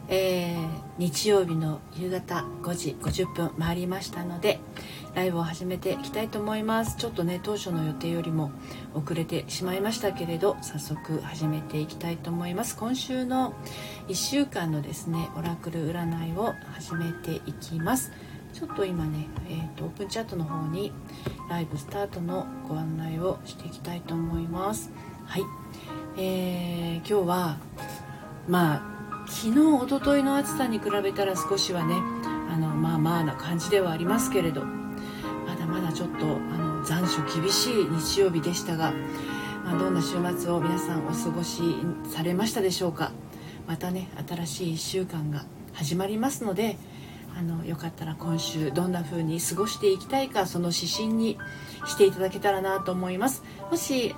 日曜日の夕方5時50分回りましたので、ライブを始めていきたいと思います。ちょっとね、当初の予定よりも遅れてしまいましたけれど、早速始めていきたいと思います。今週の1週間のですね、オラクル占いを始めていきます。ちょっと今ね、オープンチャットの方にライブスタートのご案内をしていきたいと思います。はい、今日は昨日一昨日の暑さに比べたら少しはね、まあな感じではありますけれど、まだまだちょっと残暑厳しい日曜日でしたが、どんな週末を皆さんお過ごしされましたでしょうか。またね、新しい1週間が始まりますので、よかったら今週どんな風に過ごしていきたいか、その指針にしていただけたらなと思います。もし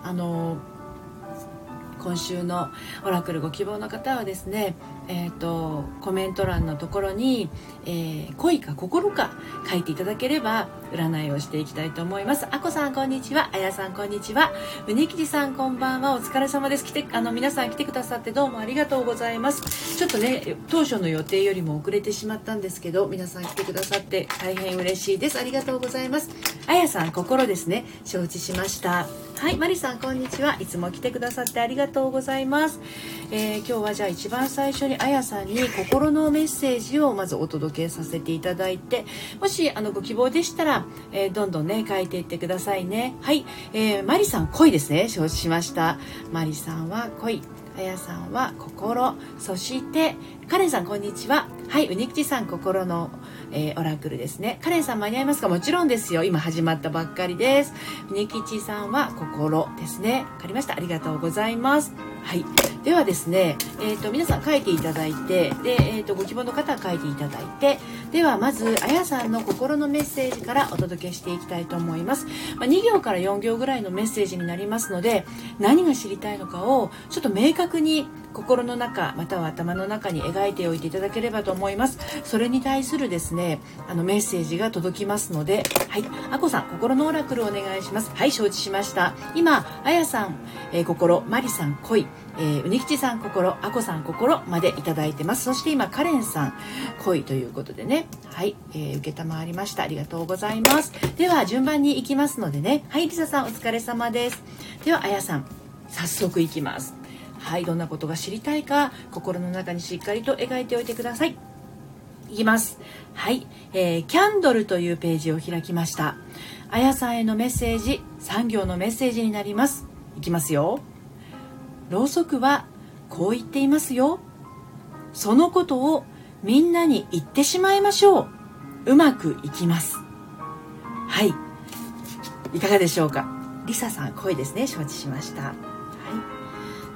今週のオラクルご希望の方はですね、コメント欄のところに、恋か心か書いていただければ占いをしていきたいと思います。あこさんこんにちは、あやさんこんにちは、うねきじさんこんばんは、お疲れ様です。皆さん来てくださってどうもありがとうございます。ちょっとね、当初の予定よりも遅れてしまったんですけど、皆さん来てくださって大変嬉しいです。ありがとうございます。あやさん心ですね、承知しました。はい、マリさんこんにちは、いつも来てくださってありがとうございます。今日はじゃあ一番最初にあやさんに心のメッセージをまずお届けさせていただいて、もしご希望でしたら、どんどんね書いていってくださいね。はい、マリさん恋ですね、承知しました。マリさんは恋、あやさんは心、そしてカレンさんこんにちは。はい、うにきちさん心の、オラクルですね。カレンさん間に合いますか？もちろんですよ、今始まったばっかりです。うにきちさんは心ですね。わかりました、ありがとうございます。はい、ではですね、皆さん書いていただいて、で、ご希望の方は書いていただいて、ではまずあやさんの心のメッセージからお届けしていきたいと思います。2行から4行ぐらいのメッセージになりますので、何が知りたいのかをちょっと明確に心の中または頭の中に描いておいていただければと思います。それに対するですね、メッセージが届きますので、はい、あこさん心のオラクルお願いします。はい、承知しました。今あやさん、心、マリさん恋、うにきちさん心、あこさん心までいただいてます。そして今カレンさん恋ということでね、はい、受けたまわりました。ありがとうございます。では順番に行きますのでね、はい、りささんお疲れ様です。ではあやさん早速行きます。はい、どんなことが知りたいか心の中にしっかりと描いておいてください。いきます。はい、キャンドルというページを開きました。あやさんへのメッセージ、3行のメッセージになります。いきますよ。ろうそくはこう言っていますよ。そのことをみんなに言ってしまいましょう。うまくいきます。はい、いかがでしょうか。りささん声ですね、承知しました。はい、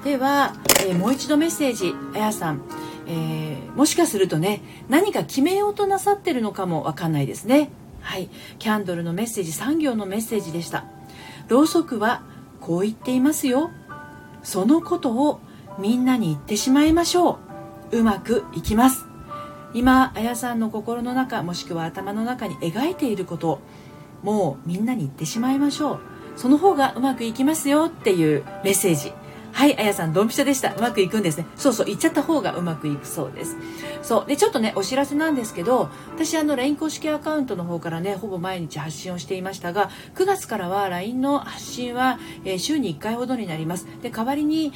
では、もう一度メッセージ、あやさん、もしかするとね、何か決めようとなさってるのかもわかんないですね。はい、キャンドルのメッセージ、3行のメッセージでした。ろうそくはこう言っていますよ。そのことをみんなに言ってしまいましょう。うまくいきます。今あやさんの心の中もしくは頭の中に描いていることをもうみんなに言ってしまいましょう。その方がうまくいきますよっていうメッセージ。はい、あやさんドンピシャでした。うまくいくんですね。そうそう、言っちゃった方がうまくいくそうです。そうで、ちょっとねお知らせなんですけど、私LINE 公式アカウントの方からねほぼ毎日発信をしていましたが、9月からは LINE の発信は、週に1回ほどになります。で、代わりに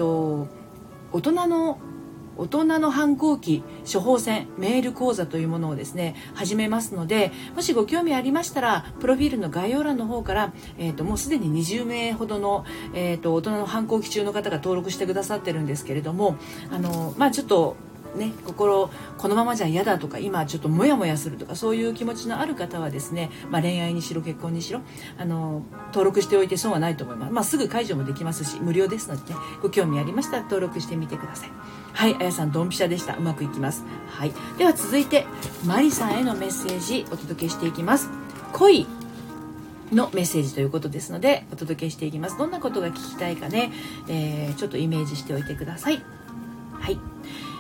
大人の反抗期処方箋メール講座というものをですね始めますので、もしご興味ありましたらプロフィールの概要欄の方から、もうすでに20名ほどの、大人の反抗期中の方が登録してくださってるんですけれども、ちょっとね、このままじゃ嫌だとか、今ちょっとモヤモヤするとか、そういう気持ちのある方はですね、恋愛にしろ結婚にしろ登録しておいて損はないと思います。すぐ解除もできますし無料ですのでね、ご興味ありましたら登録してみてください。はい、あやさんドンピシャでした。うまくいきます。はい、では続いてマリさんへのメッセージお届けしていきます。恋のメッセージということですのでお届けしていきます。どんなことが聞きたいかね、ちょっとイメージしておいてください。はい、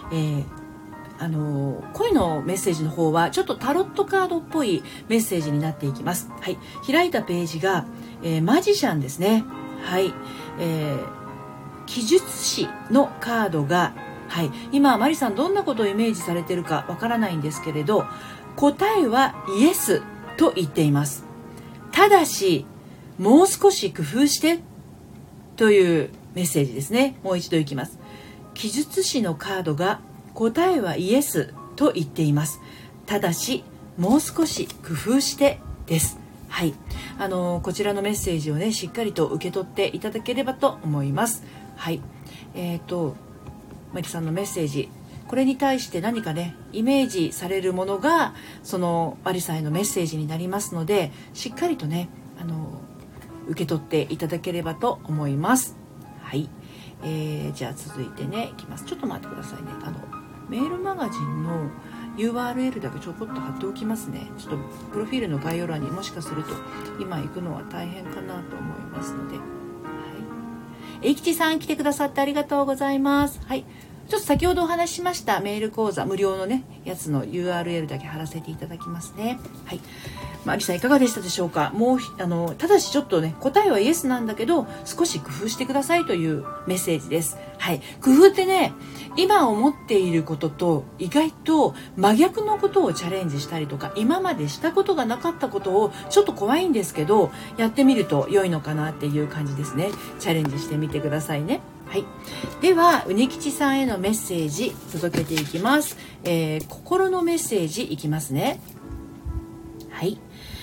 恋のメッセージの方はちょっとタロットカードっぽいメッセージになっていきます。はい、開いたページが、マジシャンですね。はい、記述師のカードがはい、今マリさんどんなことをイメージされているかわからないんですけれど、答えはイエスと言っています。ただしもう少し工夫してというメッセージですね。もう一度いきます。記述師のカードが答えはイエスと言っています。ただしもう少し工夫してです。はい、こちらのメッセージをね、しっかりと受け取っていただければと思います。はい、マリさんのメッセージ、これに対して何かねイメージされるものがそのマリさんへのメッセージになりますので、しっかりとね受け取っていただければと思います。はい、じゃあ続いてねいきます。ちょっと待ってくださいね。メールマガジンの URL だけちょこっと貼っておきますね。ちょっとプロフィールの概要欄にもしかすると今行くのは大変かなと思いますので、はい、吉さん来てくださってありがとうございます。はい、ちょっと先ほどお話ししましたメール講座無料のねやつの URL だけ貼らせていただきますね。はい、アリさんいかがでしたでしょうか。もうただしちょっとね答えはイエスなんだけど少し工夫してくださいというメッセージです。はい、工夫ってね今思っていることと意外と真逆のことをチャレンジしたりとか、今までしたことがなかったことをちょっと怖いんですけどやってみると良いのかなっていう感じですね。チャレンジしてみてくださいね。はい、ではうにきちさんへのメッセージ届けていきます。心のメッセージいきますね。はい、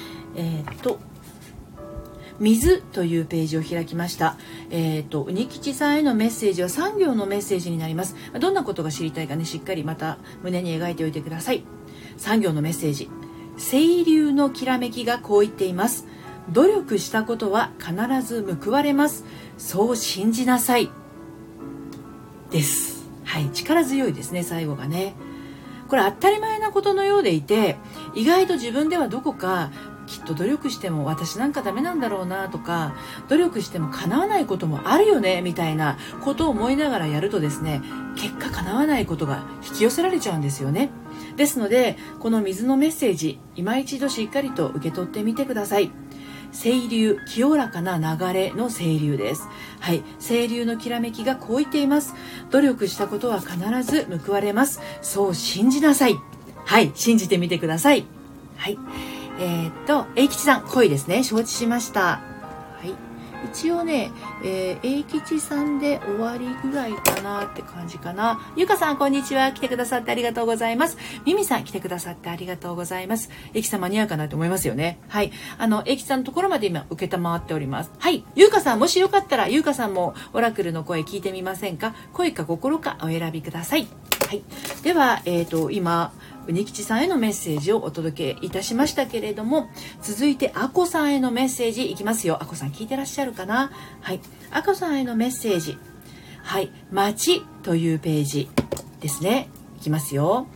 水というページを開きました。うにきちさんへのメッセージは3行のメッセージになります。どんなことが知りたいかね、しっかりまた胸に描いておいてください。3行のメッセージ。清流のきらめきがこう言っています。努力したことは必ず報われます。そう信じなさいです。はい、力強いですね、最後がね。これ当たり前なことのようでいて、意外と自分ではどこかきっと努力しても私なんかダメなんだろうなとか、努力しても叶わないこともあるよねみたいなことを思いながらやるとですね、結果叶わないことが引き寄せられちゃうんですよね。ですのでこの水のメッセージ、今一度しっかりと受け取ってみてください。清流、清らかな流れの清流です。はい、清流のきらめきがこう言っています。努力したことは必ず報われます。そう信じなさい。はい、信じてみてください。はい、英吉さん、恋ですね。承知しました。はい、一応ね、英吉さんで終わりぐらいかなって感じかな。ゆかさん、こんにちは。来てくださってありがとうございます。ミミさん、来てくださってありがとうございます。英吉さん間に合うかなと思いますよね。はい、英吉さんのところまで今受けたまわっております。はい、ゆかさん、もしよかったらゆかさんもオラクルの声聞いてみませんか。恋か心かお選びください。はい、では、今うにきちさんへのメッセージをお届けいたしましたけれども、続いてあこさんへのメッセージいきますよ。あこさん聞いてらっしゃるかな。はい、あこさんへのメッセージ、はい、街というページですね。いきますよ。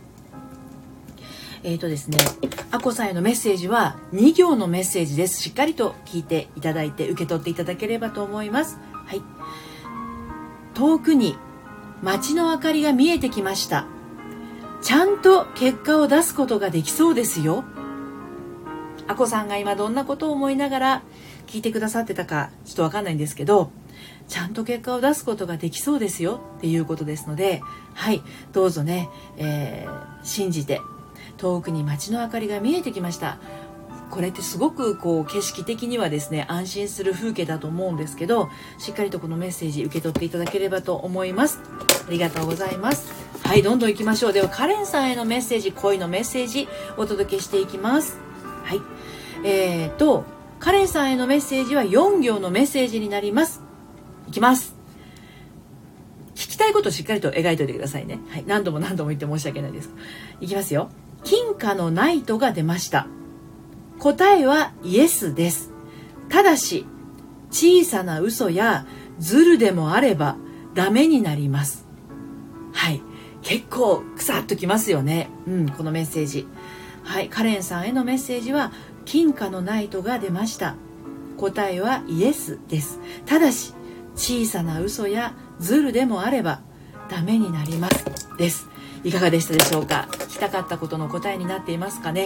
ですね、あこさんへのメッセージは2行のメッセージです。しっかりと聞いていただいて受け取っていただければと思います。はい、遠くに街の明かりが見えてきました。ちゃんと結果を出すことができそうですよ。あこさんが今どんなことを思いながら聞いてくださってたかちょっとわかんないんですけど、ちゃんと結果を出すことができそうですよっていうことですので、はい、どうぞね、信じて。遠くに街の明かりが見えてきました。これってすごくこう景色的にはですね、安心する風景だと思うんですけど、しっかりとこのメッセージ受け取っていただければと思います。ありがとうございます。はい、どんどん行きましょう。ではカレンさんへのメッセージ、恋のメッセージお届けしていきます。はい、カレンさんへのメッセージは4行のメッセージになります。いきます。聞きたいことをしっかりと描いておいてくださいね。はい、何度も言って申し訳ないです。いきますよ。金貨のナイトが出ました。答えはイエスです。ただし小さな嘘やズルでもあればダメになります。はい、結構くさっときますよね。このメッセージ。はい、カレンさんへのメッセージは金貨のナイトが出ました。答えはイエスです。ただし小さな嘘やズルでもあればダメになりますです。いかがでしたでしょうか。聞きたかったことの答えになっていますかね。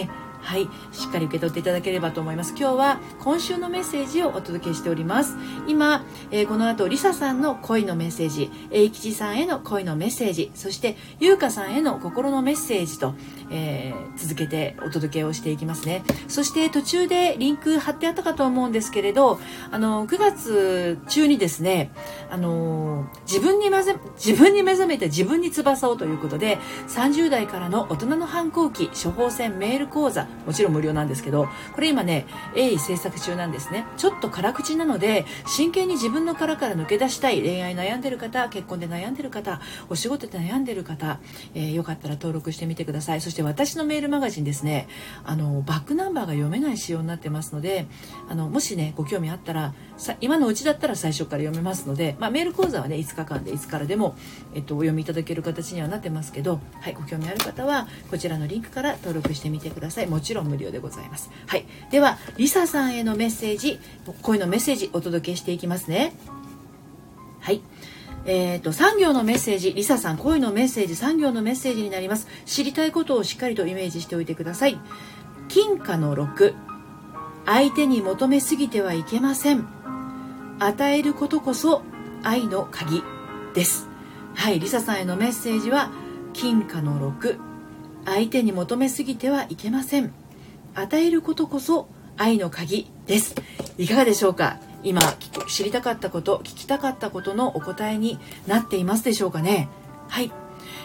はい、しっかり受け取っていただければと思います。今日は今週のメッセージをお届けしております。今、この後リサさんの恋のメッセージ、英吉さんへの恋のメッセージ、そして優香さんへの心のメッセージと、続けてお届けをしていきますね。そして途中でリンク貼ってあったかと思うんですけれど、9月中にですね、自分に目覚めて自分に翼をということで、30代からの大人の反抗期処方箋メール講座、もちろん無料なんですけど、これ今ね鋭意制作中なんですね。ちょっと辛口なので、真剣に自分の殻から抜け出したい、恋愛悩んでる方、結婚で悩んでる方、お仕事で悩んでる方、よかったら登録してみてください。そして私のメールマガジンですね、バックナンバーが読めない仕様になってますので、もしねご興味あったら、今のうちだったら最初から読めますので、メール講座はね5日間でいつからでも、お読みいただける形にはなってますけど、はい、ご興味ある方はこちらのリンクから登録してみてください。もちろん無料でございます。はい、ではリサさんへのメッセージ、恋のメッセージお届けしていきますね。はい、3行のメッセージ、リサさん恋のメッセージ3行のメッセージになります。知りたいことをしっかりとイメージしておいてください。金貨の6、相手に求めすぎてはいけません。与えることこそ愛の鍵です。はい、リサさんへのメッセージは金貨の6、相手に求めすぎてはいけません。与えることこそ愛の鍵です。いかがでしょうか。今知りたかったこと、聞きたかったことのお答えになっていますでしょうかね。はい、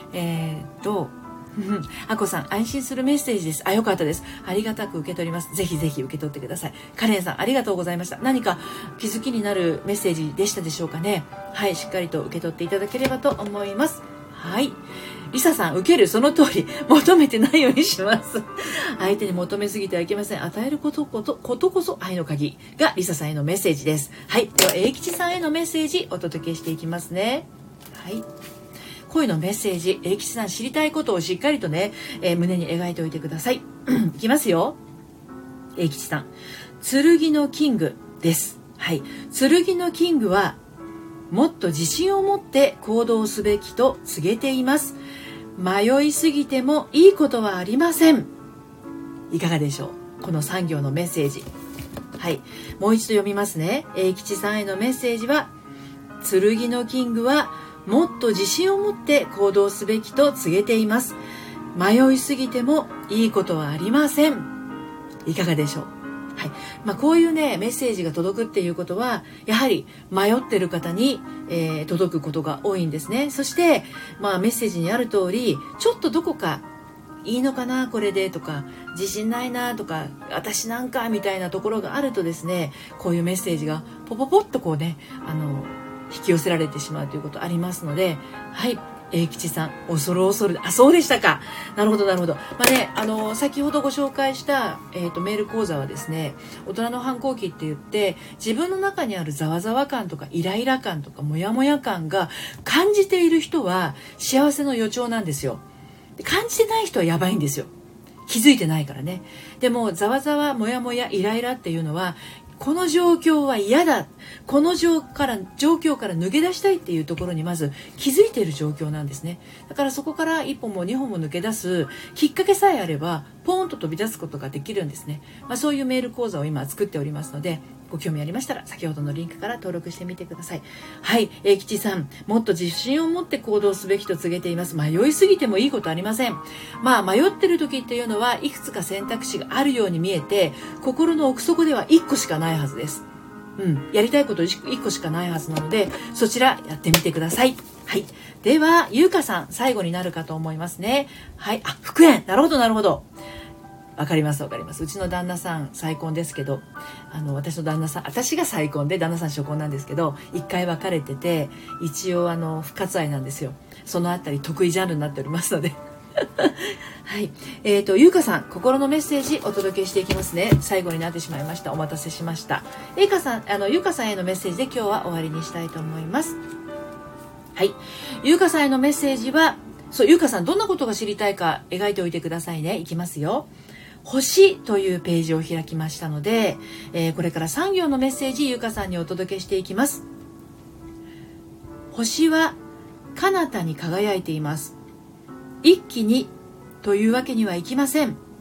あこさん、安心するメッセージです。よかったです。ありがたく受け取ります。ぜひぜひ受け取ってください。カレンさん、ありがとうございました。何か気づきになるメッセージでしたでしょうかね。はい、しっかりと受け取っていただければと思います。はい、リサさん、受ける、その通り、求めてないようにします。相手に求めすぎてはいけません。与えることこそ愛の鍵がリサさんへのメッセージです。はい、では英吉さんへのメッセージお届けしていきますね。はい、恋のメッセージ、英吉さん、知りたいことをしっかりとね、胸に描いておいてください。いきますよ。英吉さん、剣のキングです。はい、剣のキングはもっと自信を持って行動すべきと告げています。迷いすぎてもいいことはありません。いかがでしょう、この3行のメッセージ。はい、もう一度読みますね。英吉さんへのメッセージは、剣のキングはもっと自信を持って行動すべきと告げています。迷いすぎてもいいことはありません。いかがでしょう。はい、こういうねメッセージが届くっていうことは、やはり迷ってる方に、届くことが多いんですね。そして、メッセージにある通り、ちょっとどこかいいのかなこれでとか、自信ないなとか、私なんかみたいなところがあるとですね、こういうメッセージがポポポッとこうね、引き寄せられてしまうということありますので、はい、英吉さん、恐る恐る、そうでしたか。なるほどなるほど。先ほどご紹介した、メール講座はですね、大人の反抗期って言って、自分の中にあるざわざわ感とかイライラ感とかモヤモヤ感が感じている人は幸せの予兆なんですよ。感じてない人はやばいんですよ。気づいてないからね。でもざわざわモヤモヤイライラっていうのは、この状況は嫌だ、この状況から抜け出したいっていうところにまず気づいている状況なんですね。だからそこから一歩も二歩も抜け出すきっかけさえあれば、ポーンと飛び出すことができるんですね。そういうメール講座を今作っておりますので、ご興味ありましたら先ほどのリンクから登録してみてください。はい、英吉さん、もっと自信を持って行動すべきと告げています。迷いすぎてもいいことありません。迷ってる時っていうのはいくつか選択肢があるように見えて、心の奥底では1個しかないはずです。やりたいこと1個しかないはずなので、そちらやってみてください。はい、では優香さん、最後になるかと思いますね。はい、復縁、なるほどなるほど。わかりますわかります。うちの旦那さん再婚ですけど、私の旦那さん、私が再婚で旦那さん初婚なんですけど、一回別れてて、一応不活愛なんですよ。そのあたり得意ジャンルになっておりますのではい、優香さん、心のメッセージお届けしていきますね。最後になってしまいました。お待たせしました。優香さんへのメッセージで今日は終わりにしたいと思います。はい、優香さんへのメッセージは、優香さん、どんなことが知りたいか描いておいてくださいね。いきますよ。星というページを開きましたので、これから3行のメッセージ、優香さんにお届けしていきます。星は彼方に輝いています。一気にというわけにはいきません。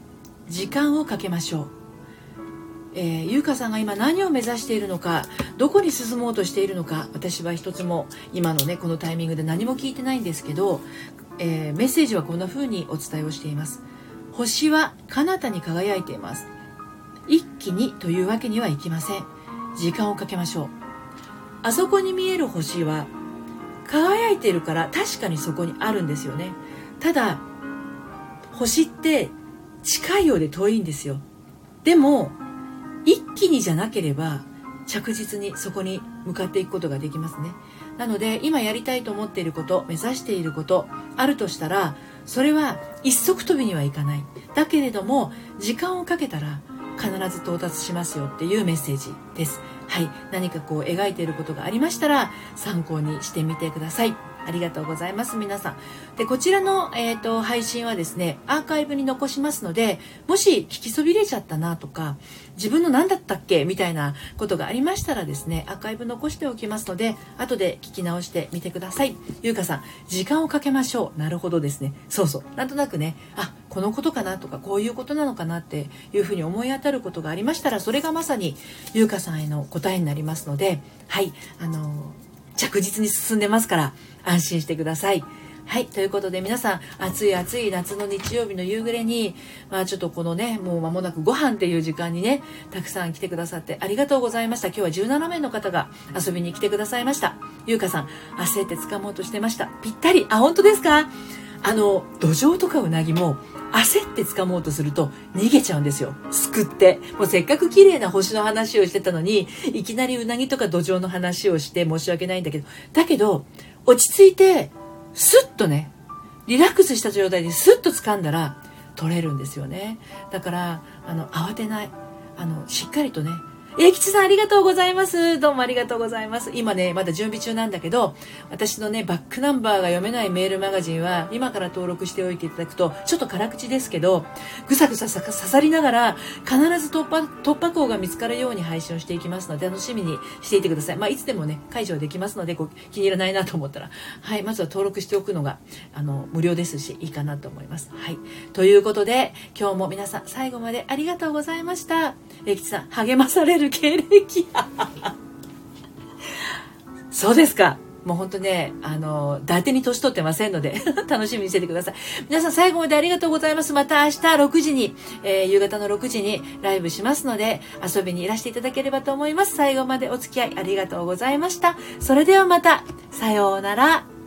時間をかけましょう。優香さんが今何を目指しているのか、どこに進もうとしているのか、私は一つも今のねこのタイミングで何も聞いてないんですけど、メッセージはこんな風にお伝えをしています。星は彼方に輝いています。一気にというわけにはいきません。時間をかけましょう。あそこに見える星は輝いているから確かにそこにあるんですよね。ただ星って近いようで遠いんですよ。でも一気にじゃなければ着実にそこに向かっていくことができますね。なので今やりたいと思っていること、目指していることあるとしたら、それは一足飛びにはいかない。だけれども時間をかけたら必ず到達しますよっていうメッセージです。はい、何かこう描いていることがありましたら参考にしてみてください。ありがとうございます皆さん。でこちらの、配信はですねアーカイブに残しますので、もし聞きそびれちゃったなとか、自分の何だったっけみたいなことがありましたらですね、アーカイブ残しておきますので後で聞き直してみてください。ゆうかさん、時間をかけましょう。なるほどですね。そうそう、なんとなくね、あ、このことかなとかこういうことなのかなっていうふうに思い当たることがありましたら、それがまさにゆうかさんへの答えになりますので、はい、着実に進んでますから安心してください。はい、ということで皆さん、暑い暑い夏の日曜日の夕暮れに、ちょっとこのねもう間もなくご飯っていう時間にねたくさん来てくださってありがとうございました。今日は17名の方が遊びに来てくださいました。ゆうかさん、焦って掴もうとしてました。ぴったり。あ、本当ですか？土壌とかうなぎも焦って掴もうとすると逃げちゃうんですよ。すくって。もうせっかく綺麗な星の話をしてたのに、いきなりうなぎとか土壌の話をして申し訳ないんだけど、だけど落ち着いてスッとね、リラックスした状態でスッと掴んだら取れるんですよね。だから慌てない、しっかりとね。英吉さん、ありがとうございます。どうもありがとうございます。今ねまだ準備中なんだけど、私のねバックナンバーが読めないメールマガジンは今から登録しておいていただくと、ちょっと辛口ですけどぐさぐさ刺さりながら必ず突破口が見つかるように配信をしていきますので、楽しみにしていてください。いつでもね解除できますので、気に入らないなと思ったら、はい、まずは登録しておくのが無料ですしいいかなと思います。はい、ということで今日も皆さん最後までありがとうございました。英吉さん、励まされる経歴そうですか。もう本当ね、伊達に年取ってませんので楽しみにしててください。皆さん最後までありがとうございます。また明日6時に、夕方の6時にライブしますので、遊びにいらしていただければと思います。最後までお付き合いありがとうございました。それではまた、さようなら。